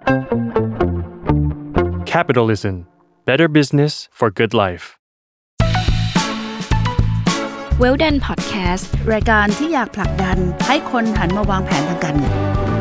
Capitalism. Better business for good life. Well Done Podcast รายการที่อยากผลักดันให้คนหันมาวางแผนทางการเงิน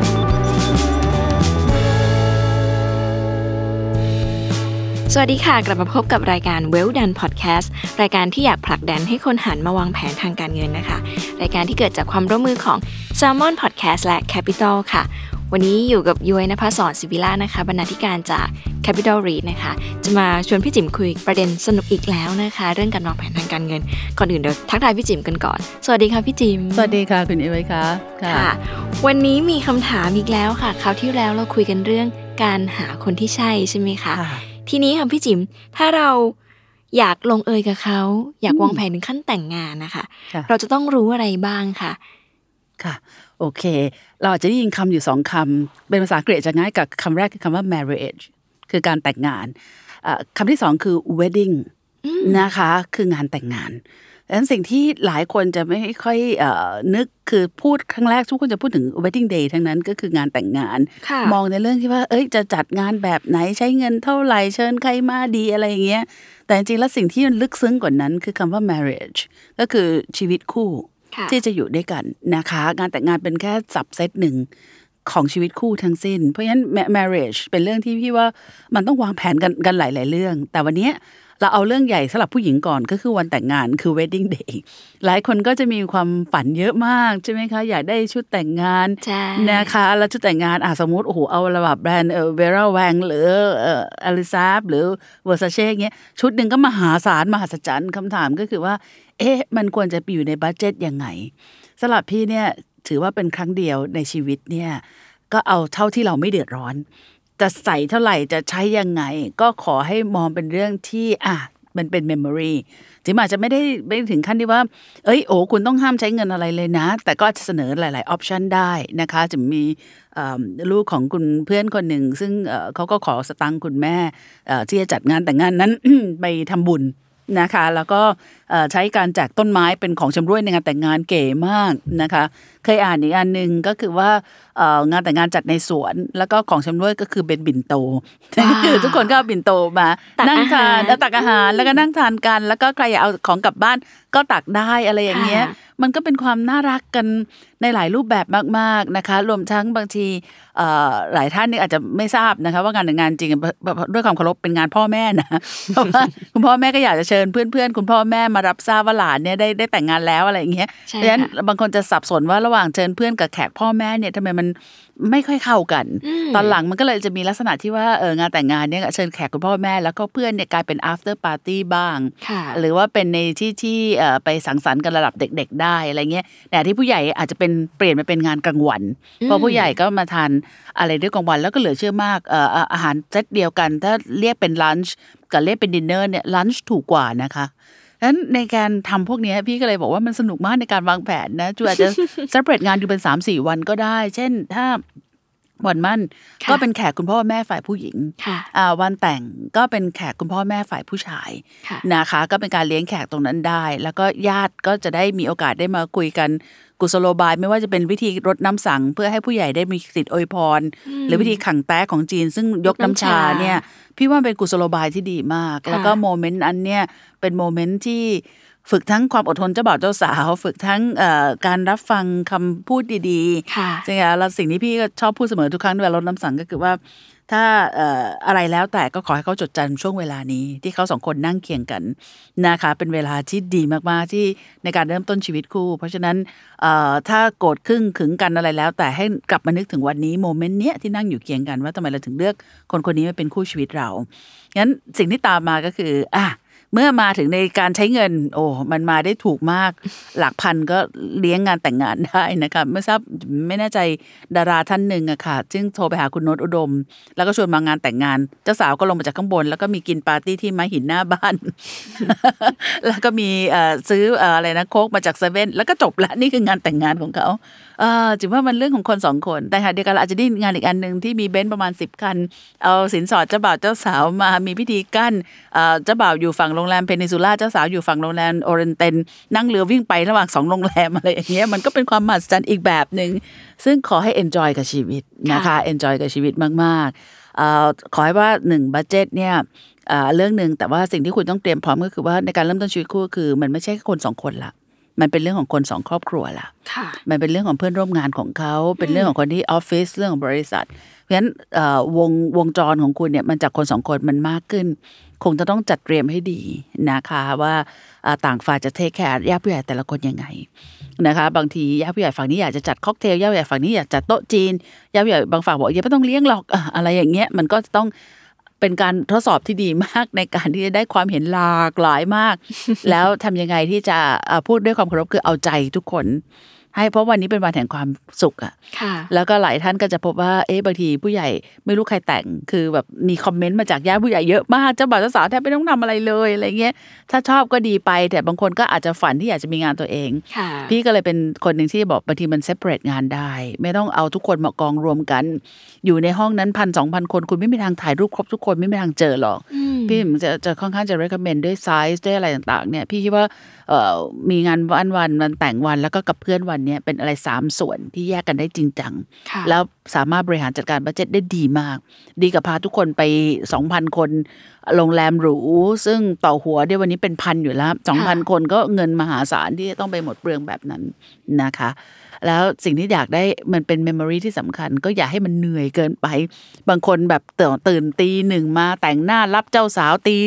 สวัสดีค่ะกลับมาพบกับรายการ Well Done Podcast รายการที่อยากผลักดันให้คนหันมาวางแผนทางการเงินนะคะรายการที่เกิดจากความร่วมมือของ Salmon Podcast และ Capital ค่ะวันนี้อยู่กับย้อยณภศร ศิวิลานะคะบรรณาธิการจาก Capital REIT นะคะจะมาชวนพี่จิ๋มคุยประเด็นสนุกอีกแล้วนะคะเรื่องการวางแผนทางการเงินก่อนอื่นเดี๋ยวทักทายพี่จิ๋มกันก่อนสวัสดีค่ะพี่จิ๋มสวัสดีค่ะคุณเอไว้ค่ะค่ะวันนี้มีคำถามอีกแล้วค่ะคราวที่แล้วเราคุยกันเรื่องการหาคนที่ใช่ใช่ไหมคะทีนี้ค่ะพี่จิ๋มถ้าเราอยากลงเอยกับเขาอยากวางแผนถึงขั้นแต่งงานนะคะเราจะต้องรู้อะไรบ้างคะค่ะโอเคเราอาจจะได้ยินคำอยู่2คำเป็นภาษาอังกฤษจะง่ายกับคำแรกคือคำว่า marriage คือการแต่งงานคำที่2คือ wedding นะคะคืองานแต่งงานดังนั้นสิ่งที่หลายคนจะไม่ค่อยนึกคือพูดครั้งแรกทุกคนจะพูดถึง wedding day ทั้งนั้นก็คืองานแต่งงานมองในเรื่องที่ว่าจะจัดงานแบบไหนใช้เงินเท่าไหร่เชิญใครมาดีอะไรอย่างเงี้ยแต่จริงๆแล้วสิ่งที่มันลึกซึ้งกว่านั้นคือคำว่า marriage ก็คือชีวิตคู่ที่จะอยู่ด้วยกันนะคะงานแต่งงานเป็นแค่สับเซตหนึ่งของชีวิตคู่ทั้งสิ้นเพราะฉะนั้น marriage เป็นเรื่องที่พี่ว่ามันต้องวางแผนกันหลายๆเรื่องแต่วันนี้เราเอาเรื่องใหญ่สำหรับผู้หญิงก่อนก็คือวันแต่งงานคือ wedding day หลายคนก็จะมีความฝันเยอะมากใช่ไหมคะอยากได้ชุดแต่งงานนะคะแล้วชุดแต่งงานสมมติโอ้โหเอาระดับแบรนด์เวร่าแวงหรืออลิซาหรือเวอร์ซาเช่เงี้ยชุดหนึ่งก็มหาศาลมหัศจรรย์คำถามก็คือว่ามันควรจะอยู่ในบัดเจ็ตยังไงสำหรับพี่เนี่ยถือว่าเป็นครั้งเดียวในชีวิตเนี่ยก็เอาเท่าที่เราไม่เดือดร้อนจะใส่เท่าไหร่จะใช้ยังไงก็ขอให้มองเป็นเรื่องที่มันเป็นเมมโมรีถึงอาจจะไม่ถึงขั้นที่ว่าคุณต้องห้ามใช้เงินอะไรเลยนะแต่ก็จะเสนอหลายๆออปชันได้นะคะจะมีลูกของคุณเพื่อนคนหนึ่งซึ่งเขาก็ขอสตังค์คุณแม่ที่จะจัดงานแต่งงานนั้น ไปทำบุญนะคะแล้วก็ใช้การแจกต้นไม้เป็นของชำร่วยในงานแต่งงานเก๋มากนะคะเคยอ่านอีกอันนึงก็คือว่างานแต่งงานจัดในสวนแล้วก็ของชำร่วยก็คือเป็นบินโตคือทุกคนก็เอาบินโตมานั่งทานแล้วตักอาหารแล้วก็นั่งทานกันแล้วก็ใครอยากเอาของกลับบ้านก็ตักได้อะไรอย่างเงี้ยมันก็เป็นความน่ารักกันในหลายรูปแบบมากๆนะคะรวมทั้งบางทีหลายท่านนี่อาจจะไม่ทราบนะคะว่างานแต่งงานจริงด้วยความเคารพเป็นงานพ่อแม่นะเพราะว่าคุณพ่อแม่ก็อยากจะเชิญเพื่อนๆคุณพ่อแม่มารับทราบว่าหลานเนี่ยได้แต่งงานแล้วอะไรอย่างเงี้ยเพราะฉะนั้นบางคนจะสับสนว่าระหว่างเชิญเพื่อนกับแขกพ่อแม่เนี่ยทำไมมันไม่ค่อยเข้ากันตอนหลังมันก็เลยจะมีลักษณะที่ว่างานแต่งงานเนี่ยเชิญแขกคุณพ่อแม่แล้วก็เพื่อนเนี่ยกลายเป็น after party บ้างหรือว่าเป็นในที่ไปสังสรรค์กันระดับเด็กๆได้อะไรเงี้ยแต่ที่ผู้ใหญ่อาจจะเป็นเปลี่ยนมาเป็นงานกลางวันเพราะผู้ใหญ่ก็มาทานอะไรด้วยกลางวันแล้วก็เหลือเชื่อมากอาหารเซตเดียวกันถ้าเรียกเป็นลันช์กับเรียกเป็นดินเนอร์เนี่ยลันช์ถูกกว่านะคะฉะนั้นในการทำพวกนี้พี่ก็เลยบอกว่ามันสนุกมากในการวางแผนนะจูอาจจะเซปเรตงานอยู่เป็น 3-4 วันก็ได้เช่นถ้าวันมั่นก็เป็นแขกคุณพ่อแม่ฝ่ายผู้หญิงวันแต่งก็เป็นแขกคุณพ่อแม่ฝ่ายผู้ชายนะคะก็เป็นการเลี้ยงแขกตรงนั้นได้แล้วก็ญาติก็จะได้มีโอกาสได้มาคุยกันกุศโลบายไม่ว่าจะเป็นวิธีรดน้ำสังเพื่อให้ผู้ใหญ่ได้มีสิทธิ์อวยพรหรือวิธีขังแต้ของจีนซึ่งยกน้ำชาเนี่ยพี่ว่าเป็นกุศโลบายที่ดีมากแล้วก็โมเมนต์อันเนี้ยเป็นโมเมนต์ที่ฝึกทั้งความอดทนเจ้าบ่าวเจ้าสาวฝึกทั้งการรับฟังคำพูดดีๆใช่ไหมแล้วสิ่งที่พี่ก็ชอบพูดเสมอทุกครั้งเวลารดน้ำสังก็คือว่าถ้าอะไรแล้วแต่ก็ขอให้เขาจดจำช่วงเวลานี้ที่เขาสองคนนั่งเคียงกันนะคะเป็นเวลาที่ดีมากๆที่ในการเริ่มต้นชีวิตคู่เพราะฉะนั้นถ้าโกรธขึงกันอะไรแล้วแต่ให้กลับมานึกถึงวันนี้โมเมนต์เนี้ยที่นั่งอยู่เคียงกันว่าทำไมเราถึงเลือกคนนี้มาเป็นคู่ชีวิตเรางั้นสิ่งที่ตามมาก็คือเมื่อมาถึงในการใช้เงินมันมาได้ถูกมากหลักพันก็เลี้ยงงานแต่งงานได้นะคะไม่แน่ใจดาราท่านหนึ่งอะค่ะซึ่งโทรไปหาคุณโน้ตอุดมแล้วก็ชวนมางานแต่งงานเจ้าสาวก็ลงมาจากข้างบนแล้วก็มีกินปาร์ตี้ที่ม้าหินหน้าบ้าน แล้วก็มีซื้ออะไรนะโค้กมาจากเซเว่นแล้วก็จบละนี่คืองานแต่งงานของเขาจิ๋วว่ามันเรื่องของคน2คนแต่ค่ะเดียวกันอาจจะได้งานอีกอันนึงที่มีเบนซ์ประมาณ10 คันเอาสินสอดเจ้าบ่าวเจ้าสาวมามีพิธีกั้นเจ้าบ่าวอยู่ฝั่งโรงแรมเพนินซูล่าเจ้าสาวอยู่ฝั่งโรงแรมโอเรนเตนนั่งเรือวิ่งไประหว่าง2โรงแรมอะไรอย่างเงี้ยมันก็เป็นความมหัศจรรย์อีกแบบนึงซึ่งขอให้ enjoy กับชีวิตนะคะ enjoy กับชีวิตมากๆขอให้ว่า1บัดเจ็ตเนี่ยเรื่องนึงแต่ว่าสิ่งที่คุณต้องเตรียมพร้อมก็คือว่าในการเริ่มต้นชีวิตคู่คือมันไม่ใช่คน2คนละมันเป็นเรื่องของคน2ครอบครัวละมันเป็นเรื่องของเพื่อนร่วมงานของเขาเป็นเรื่องของคนที่ออฟฟิศเรื่องของบริษัทเพราะฉะนั้นวงจรของคุณเนี่ยมันจากคน2คนมันมากขึ้นคงจะต้องจัดเตรียมให้ดีนะคะว่าต่างฝ่ายจะเทคแคร์ญาติผู้ใหญ่แต่ละคนยังไงนะคะบางทีญาติผู้ใหญ่ฝั่งนี้อยากจะจัดค็อกเทลญาติผู้ใหญ่ฝั่งนี้อยากจัดโต๊ะจีนญาติผู้ใหญ่บางฝั่งบอกอย่าไม่ต้องเลี้ยงหรอกอะไรอย่างเงี้ยมันก็จะต้องเป็นการทดสอบที่ดีมากในการที่จะได้ความเห็นหลากหลายมาก แล้วทำยังไงที่จะพูดด้วยความเคารพคือเอาใจทุกคนให้เพราะวันนี้เป็นวันแห่งความสุขอ่ะแล้วก็หลายท่านก็จะพบว่าบางทีผู้ใหญ่ไม่รู้ใครแต่งคือแบบมีคอมเมนต์มาจากญาติผู้ใหญ่เยอะมากเจ้าบ่าวเจ้าสาวแทบไม่ต้องทำอะไรเลยอะไรเงี้ยถ้าชอบก็ดีไปแต่บางคนก็อาจจะฝันที่อยากจะมีงานตัวเองพี่ก็เลยเป็นคนหนึ่งที่บอกบางทีมันเซปเรตงานได้ไม่ต้องเอาทุกคนมากองรวมกันอยู่ในห้องนั้น 1,000-2,000 คนคุณไม่มีทางถ่ายรูปครบทุกคนไม่มีทางเจอหรอกพี่จะค่อนข้างจะ recommend ด้วยไซส์ด้วยอะไรต่างๆเนี่ยพี่คิดว่ามีงานวันแต่งวันแล้วก็กับเพื่อนวันเนี่ยเป็นอะไร3ส่วนที่แยกกันได้จริงจังแล้วสามารถบริหารจัดการบัดเจ็ตได้ดีมากดีกับพาทุกคนไป 2,000 คนโรงแรมหรูซึ่งต่อหัวเดี๋ยววันนี้เป็นพันอยู่แล้ว 2,000 คนก็เงินมหาศาลที่ต้องไปหมดเปลืองแบบนั้นนะคะแล้วสิ่งที่อยากได้มันเป็นเมมโมรีที่สำคัญก็อย่าให้มันเหนื่อยเกินไปบางคนแบบตื่นตี 1มาแต่งหน้ารับเจ้าสาวตี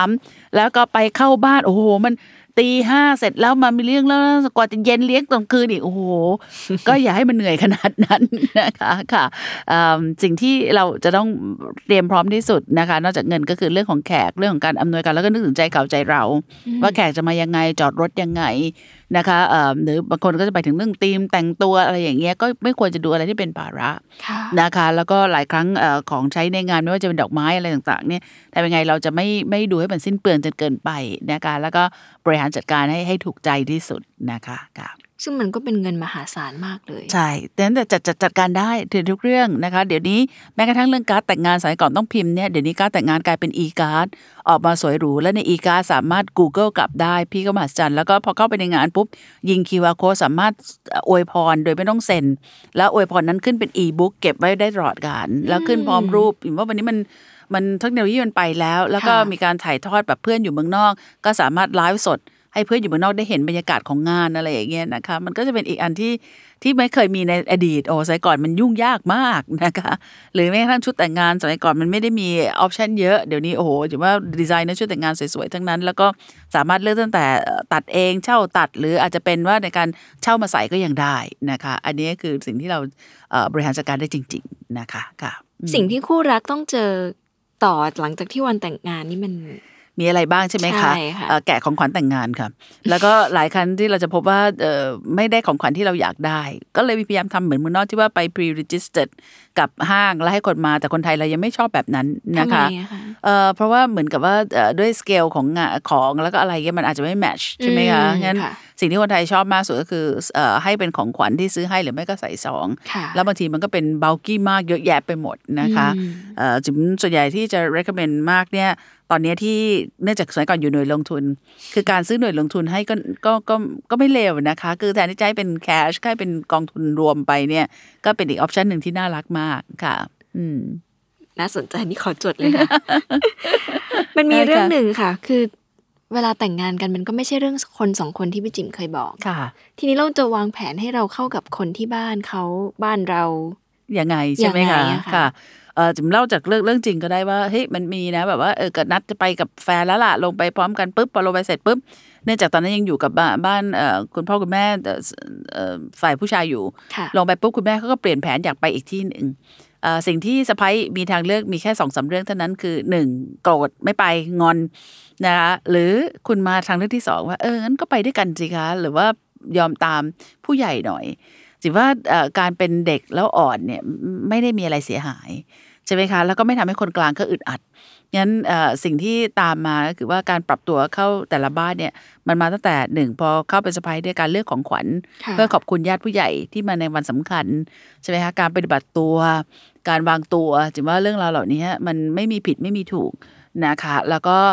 3แล้วก็ไปเข้าบ้านโอ้โหมันตี 5เสร็จแล้วมามีเรื่องแล้วกว่าจะเย็นเลี้ยงตอนคืนอีกโอ้โหก็อย่าให้มันเหนื่อยขนาดนั้นนะคะค่ะสิ่งที่เราจะต้องเตรียมพร้อมที่สุดนะคะนอกจากเงินก็คือเรื่องของแขกเรื่องของการอำนวยการแล้วก็นึกถึงใจเขาใจเราว่าแขกจะมายังไงจอดรถยังไงนะคะหรือบางคนก็จะไปถึงเรื่องธีมแต่งตัวอะไรอย่างเงี้ยก็ไม่ควรจะดูอะไรที่เป็นภาระนะคะแล้วก็หลายครั้งของใช้ในงานไม่ว่าจะเป็นดอกไม้อะไรต่างๆเนี่ยแต่เป็นไงเราจะไม่ดูให้มันสิ้นเปลืองจนเกินไปนะคะแล้วก็บริหารจัดการให้ถูกใจที่สุดนะคะค่ะซึ่งมันก็เป็นเงินมหาศาลมากเลยใช่แต่จัดการได้ทุกเรื่องนะคะเดี๋ยวนี้แม้กระทั่งเรื่องการ์ดแต่งงานสมัยก่อนต้องพิมพ์เนี่ยเดี๋ยวนี้การ์ดแต่งงานกลายเป็น e-card ออกมาสวยหรูและใน e-card สามารถ Google กลับได้พี่ก็มหัศจรรย์แล้วก็พอเข้าไปในงานปุ๊บยิง QR code สามารถอวยพรโดยไม่ต้องเซ็นแล้วอวยพรนั้นขึ้นเป็น e-book เก็บไว้ได้ตลอดกาลแล้วขึ้นพร้อมรูปเห็นว่าวันนี้มันเทคโนโลยีมันไปแล้วก็มีการถ่ายทอดแบบเพื่อนอยู่เมืองนอกก็สามารถไลฟ์สดให้เพื่อนอยู่เมืองนอกได้เห็นบรรยากาศของงานอะไรอย่างเงี้ยนะคะมันก็จะเป็นอีกอันที่ไม่เคยมีในอดีตสมัยก่อนมันยุ่งยากมากนะคะหรือแม้กระทั่งชุดแต่งงานสมัยก่อนมันไม่ได้มีออปชันเยอะเดี๋ยวนี้โอ้โหถือว่าดีไซน์ในชุดแต่งงานสวยๆทั้งนั้นแล้วก็สามารถเลือกตั้งแต่ตัดเองเช่าตัดหรืออาจจะเป็นว่าในการเช่ามาใส่ก็ยังได้นะคะอันนี้คือสิ่งที่เราบริหารจัดการได้จริงๆนะคะค่ะสิ่งที่คู่รักต้องเจอต่อหลังจากที่วันแต่งงานนี่มันมีอะไรบ้างใช่ไหมคะแกะของขวัญแต่งงานค่ะแล้วก็หลายครั้งที่เราจะพบว่าไม่ได้ของขวัญที่เราอยากได้ก็เลยพยายามทำเหมือนเมืองนอกที่ว่าไป pre-registered กับห้างแล้วให้คนมาแต่คนไทยเรายังไม่ชอบแบบนั้นนะคะเพราะว่าเหมือนกับว่าด้วยสเกลของแล้วก็อะไรเงี้ยมันอาจจะไม่แมทช์ใช่ไหมคะงั้นสิ่งที่คนไทยชอบมากสุดก็คือให้เป็นของขวัญที่ซื้อให้หรือไม่ก็ใส่ซองแล้วบางทีมันก็เป็นเบลกี้มากเยอะแยะไปหมดนะคะจุ๋มส่วนใหญ่ที่จะ recommend มากเนี่ยตอนนี้ที่เนื่องจากสมัยก่อนอยู่หน่วยลงทุนคือการซื้อหน่วยลงทุนให้ก็ไม่เลวนะคะคือแทนที่จะให้เป็นแคชให้เป็นกองทุนรวมไปเนี่ยก็เป็นอีกออปชันหนึ่งที่น่ารักมากค่ะน่าสนใจนี่ขอจดเลยค่ะ มันมีเรื่องหนึ่งค่ะคือเวลาแต่งงานกันมันก็ไม่ใช่เรื่องคนสองคนที่พี่จิ๋มเคยบอกค่ะทีนี้เราจะวางแผนให้เราเข้ากับคนที่บ้านเขาบ้านเรายังไงใช่ไหมคะค่ะจิ๋มเล่าจากเรื่องจริงก็ได้ว่าเฮ้ยมันมีนะแบบว่าก็นัดจะไปกับแฟนแล้วล่ะลงไปพร้อมกันปุ๊บพอลงไปเสร็จปุ๊บเนื่องจากตอนนั้นยังอยู่กับบ้านคุณพ่อคุณแม่ฝ่ายผู้ชายอยู่ลงไปปุ๊บคุณแม่เขาก็เปลี่ยนแผนอยากไปอีกที่นึงสิ่งที่สะใภ้มีทางเลือกมีแค่ 2-3 เรื่องเท่านั้นคือ1โกรธไม่ไปงอนนะคะหรือคุณมาทางเลือกที่2ว่างั้นก็ไปด้วยกันสิคะหรือว่ายอมตามผู้ใหญ่หน่อยจิว่าการเป็นเด็กแล้วอ่อนเนี่ยไม่ได้มีอะไรเสียหายใช่ไหมคะแล้วก็ไม่ทำให้คนกลางก็อึดอัดงั้นสิ่งที่ตามมาก็คือว่าการปรับตัวเข้าแต่ละบ้านเนี่ยมันมาตั้งแต่1พอเข้าเป็นสะใภ้ด้วยการเลือกของขวัญเพื่อขอบคุณญาติผู้ใหญ่ที่มาในวันสำคัญใช่ไหมคะการปฏิบัติตัวการวางตัวจิว่าเรื่องราวเหล่านี้มันไม่มีผิดไม่มีถูกนะคะแล้วก็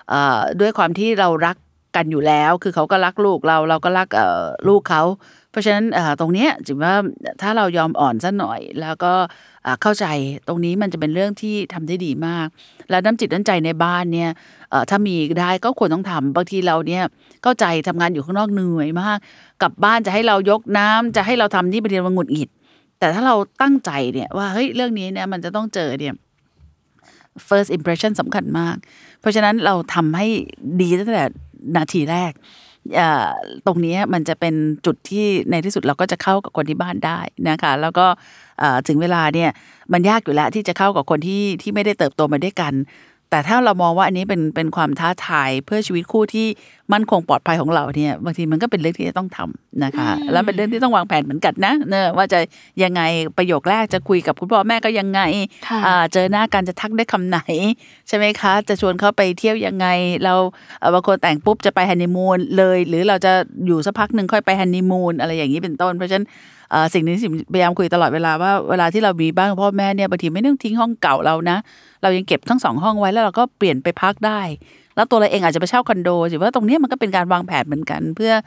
ด้วยความที่เรารักกันอยู่แล้วคือเขาก็รักลูกเราก็รักลูกเขาเพราะฉะนั้นตรงเนี้ยจิ๋มว่าถ้าเรายอมอ่อนซะหน่อยแล้วก็เข้าใจตรงนี้มันจะเป็นเรื่องที่ทำได้ดีมากแล้วน้ำจิตน้ำใจในบ้านเนี่ยถ้ามีได้ก็ควรต้องทำบางทีเราเนี่ยเข้าใจทำงานอยู่ข้างนอกเหนื่อยมากกลับบ้านจะให้เรายกน้ำจะให้เราทำนี่บางทีมันหงุดหงิดแต่ถ้าเราตั้งใจเนี่ยว่าเฮ้ยเรื่องนี้เนี่ยมันจะต้องเจอเนี่ย first impression สำคัญมากเพราะฉะนั้นเราทำให้ดีตั้งแต่นาทีแรกตรงนี้มันจะเป็นจุดที่ในที่สุดเราก็จะเข้ากับคนที่บ้านได้นะคะแล้วก็ถึงเวลาเนี่ยมันยากอยู่แล้วที่จะเข้ากับคนที่ไม่ได้เติบโตมาด้วยกันแต่ถ้าเรามองว่าอันนี้เป็นความท้าทายเพื่อชีวิตคู่ที่มั่นคงปลอดภัยของเราเนี่ยบางทีมันก็เป็นเรื่องที่จะต้องทำนะคะแล้วเป็นเรื่องที่ต้องวางแผนเหมือนกันนะว่าจะยังไงประโยคแรกจะคุยกับคุณพ่อแม่ก็ยังไงเจอหน้ากันจะทักได้คำไหนใช่ไหมคะจะชวนเขาไปเที่ยวยังไงเราบางคนแต่งปุ๊บจะไปฮันนีมูนเลยหรือเราจะอยู่สักพักนึงค่อยไปฮันนีมูนอะไรอย่างนี้เป็นต้นเพราะฉะนั้นสิ่งนี้พยายามคุยตลอดเวลาว่าเวลาที่เรามีบ้านพ่อแม่เนี่ยบางทีไม่ต้องทิ้งห้องเก่าเรานะเรายังเก็บทั้ง2ห้องไว้แล้วเราก็เปลี่ยนไปพักได้แล้วตัวเราเองอาจจะไปเช่าคอนโดถือว่าตรงนี้มันก็เป็นการวางแผนเหมือนกันเพื่อ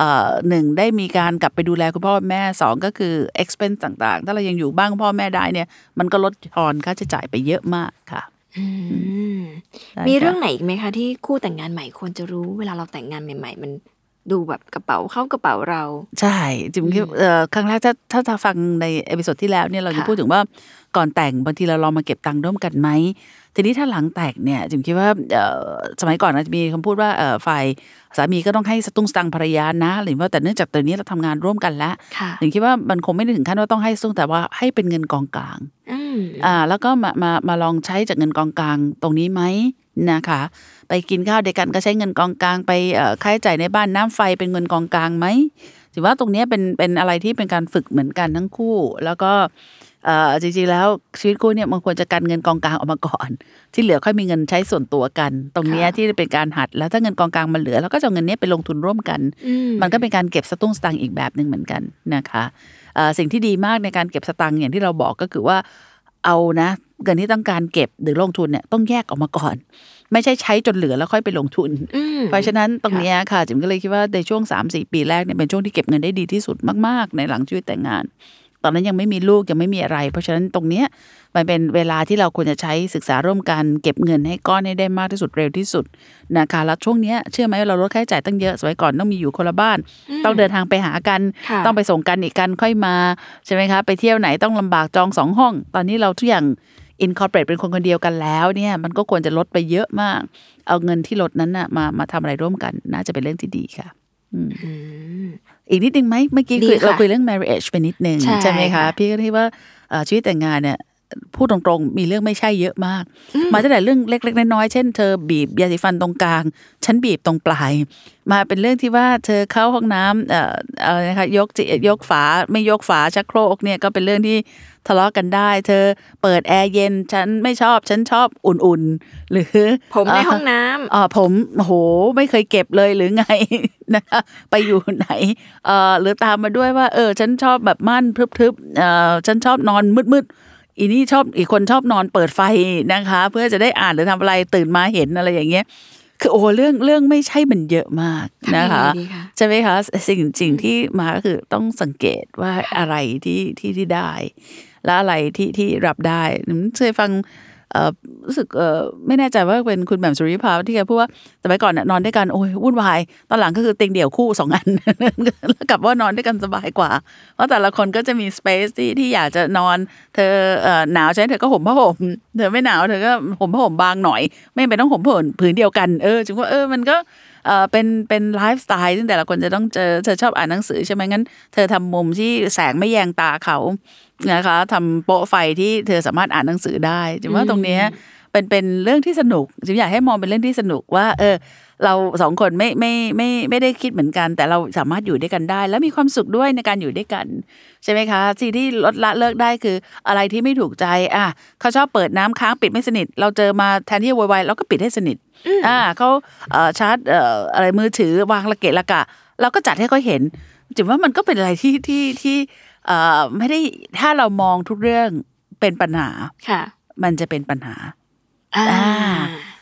1ได้มีการกลับไปดูแลคุณพ่อแม่2ก็คือ expense ต่างๆถ้าเรายังอยู่บ้านพ่อแม่ได้เนี่ยมันก็ลดทอนค่าใช้จ่ายไปเยอะมากค่ะมีเรื่องไหนอีกไหมคะที่คู่แต่งงานใหม่ควรจะรู้เวลาเราแต่งงานใหม่ๆมันดูแบบกระเป๋าเข้ากระเป๋าเราใช่จิ๋มคิดครั้งแรกถ้าฟังในเอพิโซดที่แล้วเนี่ยเราจะพูดถึงว่าก่อนแต่งบางทีเราลองมาเก็บตังค์ร่วมกันไหมทีนี้ถ้าหลังแต่งเนี่ยจิ๋มคิดว่าสมัยก่อนจะมีคำพูดว่าฝ่ายสามีก็ต้องให้สตุ้งสตังภรรยานะหรือว่าแต่เนื่องจากตอนนี้เราทำงานร่วมกันแล้วจิ๋มคิดว่ามันคงไม่ได้ถึงขั้นว่าต้องให้สตุ้งแต่ว่าให้เป็นเงินกองกลางแล้วก็มาลองใช้จากเงินกองกลางตรงนี้ไหมนะคะไปกินข้าวเดียวกันก็ใช้เงินกองกลางไปค่าใช้จ่ายในบ้านน้ำไฟเป็นเงินกองกลางไหมถือว่าตรงนี้เป็นอะไรที่เป็นการฝึกเหมือนกันทั้งคู่แล้วก็จริงๆแล้วชีวิตคู่เนี่ยมันควรจะกันเงินกองกลางออกมาก่อนที่เหลือค่อยมีเงินใช้ส่วนตัวกันตรงนี้ที่เป็นการหัดแล้วถ้าเงินกองกลางมันเหลือแล้วก็จะเอาเงินนี้ไปลงทุนร่วมกันมันก็เป็นการเก็บสตุ้งสตังค์อีกแบบนึงเหมือนกันนะคะสิ่งที่ดีมากในการเก็บสตังค์อย่างที่เราบอกก็คือว่าเอานะเงินที่ต้องการเก็บหรือลงทุนเนี่ยต้องแยกออกมาก่อนไม่ใช่ใช้จนเหลือแล้วค่อยไปลงทุนเพราะฉะนั้นตรงนี้ค่ะจิ๋มก็เลยคิดว่าในช่วง 3-4 ปีแรกเนี่ยเป็นช่วงที่เก็บเงินได้ดีที่สุดมากๆในหลังชีวิตแต่งงานตอนนั้นยังไม่มีลูกยังไม่มีอะไรเพราะฉะนั้นตรงนี้มันเป็นเวลาที่เราควรจะใช้ศึกษาร่วมกันเก็บเงินให้ก้อนให้ได้มากที่สุดเร็วที่สุดนะคะแล้วช่วงนี้เชื่อไหมเราลดค่าใช้จ่ายตั้งเยอะสมัยก่อนต้องมีอยู่คนละบ้านต้องเดินทางไปหากันต้องไปส่งกันอีกกันค่อยมาใช่ไหมคะไปเที่ยวไหนต้องลำบากจอง2ห้องตอนนี้เราทุกอย่างincorporate เป็นคนคนเดียวกันแล้วเนี่ยมันก็ควรจะลดไปเยอะมากเอาเงินที่ลดนั้นน่ะมาทำอะไรร่วมกันน่าจะเป็นเรื่องที่ดีค่ะอีกนิดนึงไหมเมื่อกี้เราคุยเรื่อง marriage ไปนิดนึงใช่ไหมคะพี่ก็คิดว่าชีวิตแต่งงานเนี่ยพูดตรงๆมีเรื่องไม่ใช่เยอะมากมาตั้งแต่เรื่องเล็กๆน้อยๆเช่นเธอบีบยาสีฟันตรงกลางฉันบีบตรงปลายมาเป็นเรื่องที่ว่าเธอเข้าห้องน้ำอะไรนะคะยกฝาไม่ยกฝาชักโครกเนี่ยก็เป็นเรื่องที่ทะเลาะกันได้เธอเปิดแอร์เย็นฉันไม่ชอบฉันชอบอุ่นๆหรือผมในห้องน้ำผมโหไม่เคยเก็บเลยหรือไงนะคะไปอยู่ไหนหรือตามมาด้วยว่าฉันชอบแบบม่านทึบๆฉันชอบนอนมืดๆอีกคนชอบนอนเปิดไฟนะคะเพื่อจะได้อ่านหรือทำอะไรตื่นมาเห็นอะไรอย่างเงี้ยคือเรื่องไม่ใช่มันเยอะมากนะคะใช่ไหมคะสิ่งที่มาก็คือต้องสังเกตว่าอะไรที่ได้และอะไรที่รับได้เคยฟังรู้สึกไม่แน่ใจว่าเป็นคุณแหม่มสุริภาที่แกพูดว่าสมัยก่อนนอนด้วยกันโอ้ยวุ่นวายตอนหลังก็คือเตียงเดี่ยวคู่2 อันแล้วกลับว่านอนด้วยกันสบายกว่าเพราะแต่ละคนก็จะมีสเปซที่อยากจะนอนเธอหนาวใช่เธอก็ห่มผ้าห่มเธอไม่หนาวเธอก็ห่มผ้าห่มบางหน่อยไม่เป็นต้องห่มผืนเดียวกันจึงว่ามันก็เป็นไลฟ์สไตล์ซึ่งแต่ละคนจะต้องเจอเธอชอบอ่านหนังสือใช่ไหมงั้นเธอทำมุมที่แสงไม่แยงตาเขานะคะทำโป๊ะไฟที่เธอสามารถอ่านหนังสือได้จิ๋มว่าตรงนี้เป็นเรื่องที่สนุกจิ๋มอยากให้มองเป็นเรื่องที่สนุกว่าเรา2 คนไม่ได้คิดเหมือนกันแต่เราสามารถอยู่ด้วยกันได้แล้วมีความสุขด้วยในการอยู่ด้วยกันใช่ไหมคะสิ่งที่ลดละเลิกได้คืออะไรที่ไม่ถูกใจเขาชอบเปิดน้ำค้างปิดไม่สนิทเราเจอมาแทนที่จะโวยวายเราก็ปิดให้สนิทเขาชาร์จอะไรมือถือวางระเกะระกะเราก็จัดให้เขาเห็นจิ๋มว่ามันก็เป็นอะไรที่ไม่ได้ถ้าเรามองทุกเรื่องเป็นปัญหามันจะเป็นปัญหา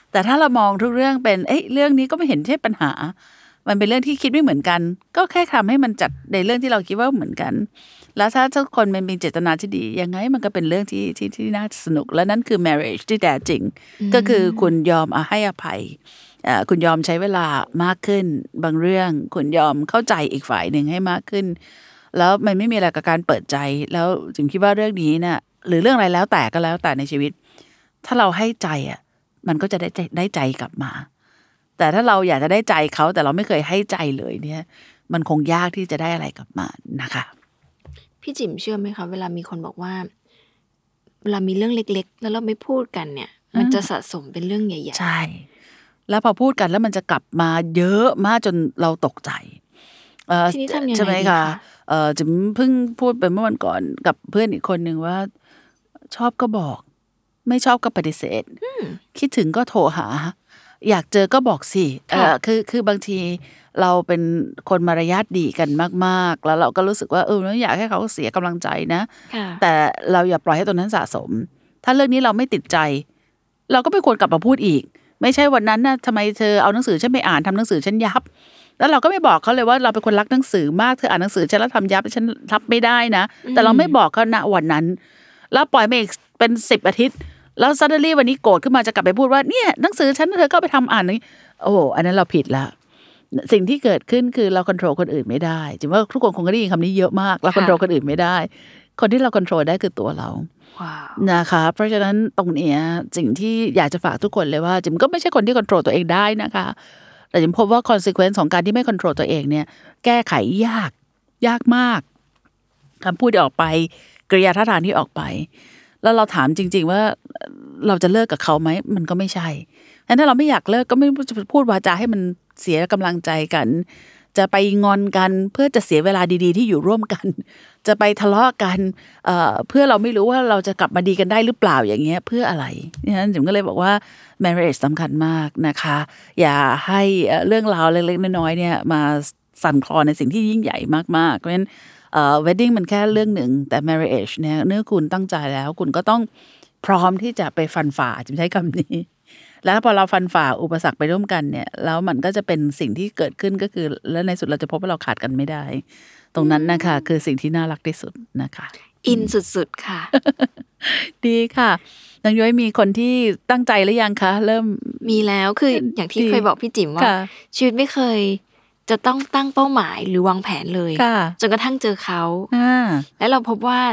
แต่ถ้าเรามองทุกเรื่องเป็นเรื่องนี้ก็ไม่เห็นใช่ปัญหามันเป็นเรื่องที่คิดไม่เหมือนกันก็แค่ทำให้มันจัดในเรื่องที่เราคิดว่าเหมือนกันแล้วถ้าทุกคนมันมีเจตนาที่ดียังไงมันก็เป็นเรื่องที่น่าสนุกและนั่นคือ marriage ที่แท้จริงก็คือคุณยอมให้อภัยคุณยอมใช้เวลามากขึ้นบางเรื่องคุณยอมเข้าใจอีกฝ่ายหนึ่งให้มากขึ้นแล้วมันไม่มีอะไรกับการเปิดใจแล้วจิมคิดว่าเรื่องนี้น่ะหรือเรื่องอะไรแล้วแต่ก็แล้วแต่ในชีวิตถ้าเราให้ใจมันก็จะได้ใจกลับมาแต่ถ้าเราอยากจะได้ใจเขาแต่เราไม่เคยให้ใจเลยเนี่ยมันคงยากที่จะได้อะไรกลับมานะคะพี่จิ๋มเชื่อไหมคะเวลามีคนบอกว่าเวลามีเรื่องเล็กๆแล้วเราไม่พูดกันเนี่ยมันจะสะสมเป็นเรื่องใหญ่ๆใช่แล้วพอพูดกันแล้วมันจะกลับมาเยอะมากจนเราตกใจทีนี้ทำยังไงใช่ไหมคะจิ๋มเพิ่งพูดไปเมื่อวันก่อนกับเพื่อนอีกคนนึงว่าชอบก็บอกไม่ชอบก็ปฏิเสธคิดถึงก็โทรหาอยากเจอก็บอกสิคือบางทีเราเป็นคนมารยาทดีกันมากๆแล้วเราก็รู้สึกว่าเราอยากให้เขาเสียกำลังใจนะแต่เราอย่าปล่อยให้ตัวนั้นสะสมถ้าเรื่องนี้เราไม่ติดใจเราก็ไม่ควรกลับมาพูดอีกไม่ใช่วันนั้นนะทำไมเธอเอาหนังสือฉันไปอ่านทำหนังสือฉันยับแล้วเราก็ไม่บอกเขาเลยว่าเราเป็นคนรักหนังสือมากเธออ่านหนังสือฉันแล้วทำยับฉันรับไม่ได้นะแต่เราไม่บอกเขาณวันนั้นแล้วปล่อยมาอีกเป็น10 อาทิตย์แล้วซัดเดอรี่วันนี้โกรธขึ้นมาจะกลับไปพูดว่าเนี่ยหนังสือฉันเธอก็ไปทำอ่านนี่โอ้อันนั้นเราผิดละสิ่งที่เกิดขึ้นคือเราควบคุมคนอื่นไม่ได้จริงว่าทุกคนคงได้ยินคำนี้เยอะมากเราควบคุมคนอื่นไม่ได้คนที่เราควบคุมได้คือตัวเรานะคะเพราะฉะนั้นตรงนี้สิ่งที่อยากจะฝากทุกคนเลยว่าจิมก็ไม่ใช่คนที่ควบคุมตัวเองได้นะคะแต่จิมพบว่า consequence ของการที่ไม่ควบคุมตัวเองเนี่ยแก้ไขยากมากคำพูดที่ออกไปกริยาท่าทางที่ออกไปแล้วเราถามจริงๆว่าเราจะเลิกกับเขาไหมมันก็ไม่ใช่งั้นถ้าเราไม่อยากเลิกก็ไม่พูดวาจาให้มันเสียกำลังใจกันจะไปงอนกันเพื่อจะเสียเวลาดีๆที่อยู่ร่วมกันจะไปทะเลาะกันเพื่อเราไม่รู้ว่าเราจะกลับมาดีกันได้หรือเปล่าอย่างเงี้ยเพื่ออะไรนั้นจิ๋มก็เลยบอกว่า marriage สำคัญมากนะคะอย่าให้เรื่องราวเล็กๆน้อยๆเนี่ยมาสั่นคลอนในสิ่งที่ยิ่งใหญ่มากๆเพราะฉะนั้นwedding มันแค่เรื่องหนึ่งแต่ marriage เนี่ยเมื่อคุณตั้งใจแล้วคุณก็ต้องพร้อมที่จะไปฟันฝ่าจิ๋มใช้คำนี้แล้วพอเราฟันฝ่าอุปสรรคไปร่วมกันเนี่ยแล้วมันก็จะเป็นสิ่งที่เกิดขึ้นก็คือแล้วในสุดเราจะพบว่าเราขาดกันไม่ได้ตรงนั้นนะคะคือสิ่งที่น่ารักที่สุดนะคะอินสุดๆค่ะดีค่ะนางย้อยมีคนที่ตั้งใจหรือยังคะเริ่มมีแล้วคืออย่างที่เคยบอกพี่จิ๋มว่าชีวิตไม่เคยจะต้องตั้งเป้าหมายหรือวางแผนเลยจนกระทั่งเจอเขาแล้วเราพบว่า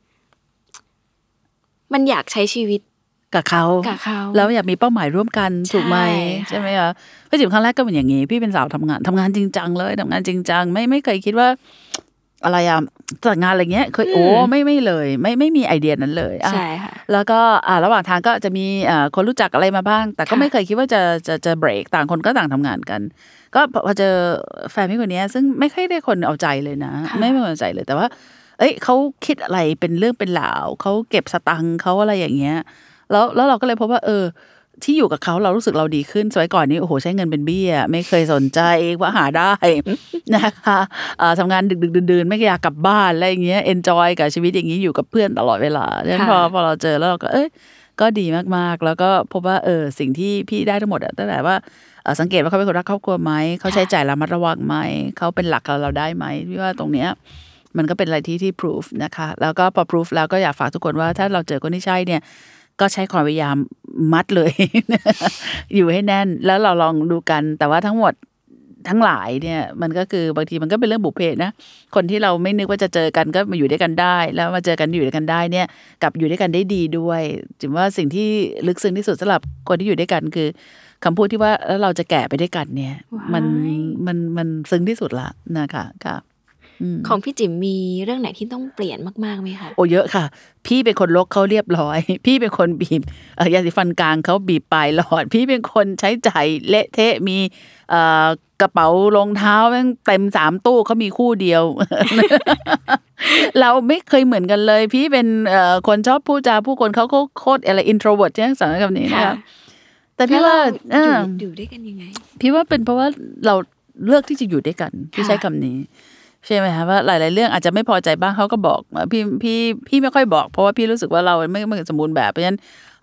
มันอยากใช้ชีวิตกับเขาแล้วอยากมีเป้าหมายร่วมกันถูกไหมใช่ไหมคะพี่จิ๋มครั้งแรกก็เป็นอย่างนี้พี่เป็นสาวทำงานจริงจังเลยทำงานจริงจังไม่เคยคิดว่าอะไรแต่งงานอะไรเงี้ยเคยไม่เลยไม่มีไอเดียนั้นเลยใช่ค่ะแล้วก็ระหว่างทางก็จะมีคนรู้จักอะไรมาบ้างแต่ก็ไม่เคยคิดว่าจะเบรกต่างคนก็ต่างทำงานกันก็พอเจอแฟนพี่คนนี้ซึ่งไม่ค่อยได้คนเอาใจเลยนะไม่เอาใจเลยแต่ว่าเขาคิดอะไรเป็นเรื่องเป็นราวเขาเก็บสตังค์เขาอะไรอย่างเงี้ยแล้วเราก็เลยพบว่าที่อยู่กับเขาเรารู้สึกเราดีขึ้นสมัยก่อนนี้โอ้โหใช้เงินเป็นเบี้ยไม่เคยสนใจว่าหาได้นะคะทำงานดึกๆดื่นๆไม่อยากกลับบ้านอะไรอย่างเงี้ยเอนจอยกับชีวิตอย่างนี้อยู่กับเพื่อนตลอดเวลาดังนั้นพอเราเจอแล้วเราก็ก็ดีมากๆแล้วก็พบว่าสิ่งที่พี่ได้ทั้งหมดตั้งแต่ว่าสังเกตว่าเขาเป็นคนรักครอบครัวไหมเขาใช้จ่ายระมัดระวังไหมเขาเป็นหลักเราได้ไหมพี่ว่าตรงเนี้ยมันก็เป็นอะไรที่ proof นะคะแล้วก็พอ proof แล้วก็อยากฝากทุกคนว่าถ้าเราเจอคนที่ใช่เนี่ยก็ใช้ความพยายามมัดเลย อยู่ให้แน่นแล้วเราลองดูกันแต่ว่าทั้งหมดทั้งหลายเนี่ยมันก็คือบางทีมันก็เป็นเรื่องบุพเพนะคนที่เราไม่นึกว่าจะเจอกันก็มาอยู่ด้วยกันได้แล้วมาเจอกันอยู่ด้วยกันได้เนี่ยกับอยู่ด้วยกันได้ดีด้วยจิ๋มว่าสิ่งที่ลึกซึ้งที่สุดสำหรับคนที่อยู่ด้วยกันคือคำพูดที่ว่าแล้วเราจะแก่ไปด้วยกันเนี่ยมันซึ้งที่สุดละนะคะค่ะของพี่จิ๋มมีเรื่องไหนที่ต้องเปลี่ยนมากๆไหมคะโอ้เยอะค่ะพี่เป็นคนลกเขาเรียบร้อยพี่เป็นคนบีบยาสีฟันกลางเขาบีบปลายหลอดพี่เป็นคนใช้จ่ายเละเทะมีกระเป๋ารองเท้าแม่งเต็ม3 ตู้เขามีคู่เดียว เราไม่เคยเหมือนกันเลยพี่เป็นคนชอบพูดจาผู้คนเขาโคตรอะไร introvert ใช่ไหมสำหรับคำนี้นะคะแต่พี่ว่าอยู่ด้วยกันยังไงพี่ว่าเป็นเพราะว่าเราเลือกที่จะอยู่ด้วยกันพี่ใช้คำนี้ใช่ไหมคะว่าหลายๆเรื่องอาจจะไม่พอใจบ้างเขาก็บอกพี่ไม่ค่อยบอกเพราะว่าพี่รู้สึกว่าเราไม่สมบูรณ์แบบเพราะฉะนั้น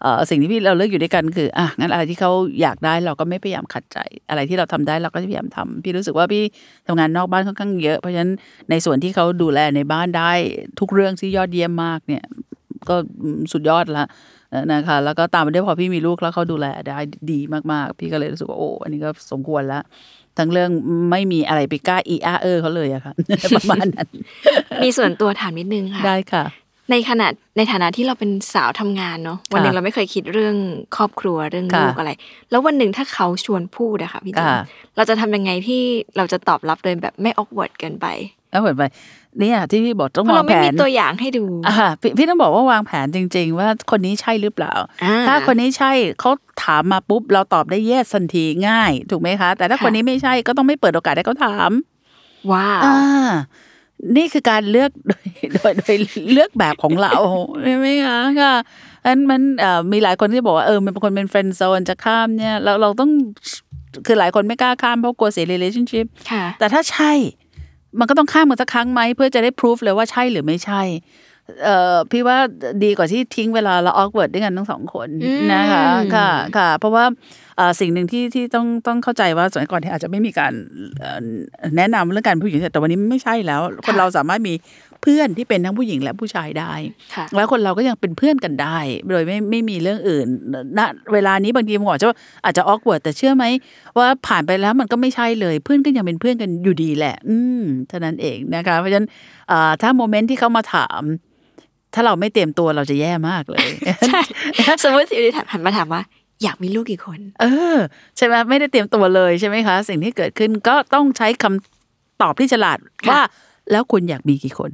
สิ่งที่เราเลือกอยู่ด้วยกันคืองั้นอะไรที่เขาอยากได้เราก็ไม่พยายามขัดใจอะไรที่เราทำได้เราก็จะพยายามทำพี่รู้สึกว่าพี่ทำงานนอกบ้านค่อนข้างเยอะเพราะฉะนั้นในส่วนที่เขาดูแลในบ้านได้ทุกเรื่องที่ยอดเยี่ยมมากเนี่ยก็สุดยอดละนะคะแล้วก็ตามมาด้วยพอพี่มีลูกแล้วเขาดูแลได้ดีมากๆพี่ก็เลยรู้สึกว่าโอ้อันนี้ก็สมควรแล้วทั้งเรื่องไม่มีอะไรไปกล้าเขาเลยอะค่ะ ประมาณนั้นมีส่วนตัวถามนิดนึงค่ะได้ค่ะในฐานะที่เราเป็นสาวทำงานเนาะวันหนึ่งเราไม่เคยคิดเรื่องครอบครัวเรื่องลูกอะไรแล้ววันหนึ่งถ้าเขาชวนพูดอะค่ะพี่จิ๋มเราจะทำยังไงที่เราจะตอบรับโดยแบบไม่ออกเวิร์ดเกินไปเหมือนไปเนี่ยที่พี่บอกต้องวางแผนเราไม่มีตัวอย่างให้ดูพี่ต้องบอกว่าวางแผนจริงๆว่าคนนี้ใช่หรือเปล่าถ้าคนนี้ใช่เขาถามมาปุ๊บเราตอบได้yesทันทีง่ายถูกไหมคะแต่ถ้าคนนี้ไม่ใช่ก็ต้องไม่เปิดโอกาสให้เขาถามว้าวนี่คือการเลือกโดยเลือกแบบของเราใช่ไหมคะค่ะมันมีหลายคนที่บอกว่ามันเป็นคนเป็นเฟรนด์โซนจะข้ามเนี่ยเราต้องคือหลายคนไม่กล้าข้ามเพราะกลัวเสีย relationship แต่ถ้าใช่มันก็ต้องข้ามมันสักครั้งไหมเพื่อจะได้พิสูจเลยว่าใช่หรือไม่ใช่พี่ว่าดีกว่าที่ทิ้งเวลาเราออกเวิร์ดด้วยกันทั้งสองคนนะคะค่ะเพราะว่าสิ่งหนึ่งที่ต้องเข้าใจว่าสมัยก่อนที่อาจจะไม่มีการแนะนำเรื่องการผู้หญิงแต่วันนี้ไม่ใช่แล้วคนเราสามารถมีเพื่อนที่เป็นทั้งผู้หญิงและผู้ชายได้แล้วคนเราก็ยังเป็นเพื่อนกันได้โดยไม่มีเรื่องอื่นณเวลานี้บางทีมันอาจจะออกเวิร์ดแต่เชื่อไหมว่าผ่านไปแล้วมันก็ไม่ใช่เลยเพื่อนก็ยังเป็นเพื่อนกันอยู่ดีแหละเท่านั้นเองนะคะเพราะฉะนั้นถ้าโมเมนต์ที่เขามาถามถ้าเราไม่เตรียมตัวเราจะแย่มากเลยใช่สมมติที่หันมาถามว่าอยากมีลูกกี่คนใช่ไหมไม่ได้เตรียมตัวเลยใช่ไหมคะสิ่งที่เกิดขึ้นก็ต้องใช้คำตอบที่ฉลาดว่าแล้วคุณอยากมีกี่คน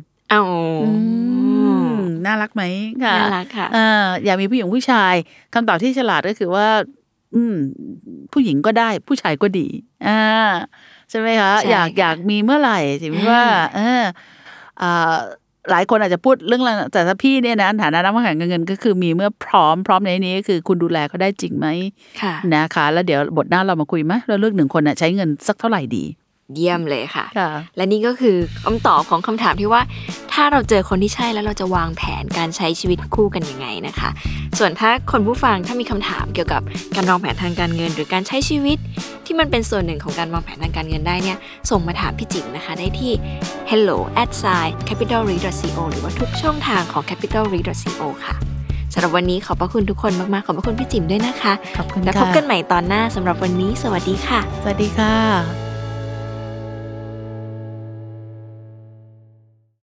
น่ารักไหมค่ะน่ารักค่ะอยากมีผู้หญิงผู้ชายคำตอบที่ฉลาดก็คือว่าผู้หญิงก็ได้ผู้ชายก็ดีใช่ไหมคะอยากมีเมื่อไหร่ถือว่าหลายคนอาจจะพูดเรื่องแต่ถ้าพี่เนี่ยนะฐานะนักวางแผนการเงินก็คือมีเมื่อพร้อมในนี้ก็คือคุณดูแลเขาได้จริงไหมนะคะแล้วเดี๋ยวบทหน้าเรามาคุยไหมเราเลือก1 คนใช้เงินสักเท่าไหร่ดีเยี่ยมเลยค่ะและนี่ก็คือคำตอบของคำถามที่ว่าถ้าเราเจอคนที่ใช่แล้วเราจะวางแผนการใช้ชีวิตคู่กันยังไงนะคะส่วนถ้าคนผู้ฟังถ้ามีคำถามเกี่ยวกับการวางแผนทางการเงินหรือการใช้ชีวิตที่มันเป็นส่วนหนึ่งของการวางแผนทางการเงินได้เนี่ยส่งมาถามพี่จิ๋มนะคะได้ที่ hello@capitalre.co หรือว่าทุกช่องทางของ capitalre.co ค่ะสำหรับวันนี้ขอบพระคุณทุกคนมากๆขอบพระคุณพี่จิ๋มด้วยนะคะขอบคุณค่ะแล้วพบกันใหม่ตอนหน้าสำหรับวันนี้สวัสดีค่ะสวัสดีค่ะ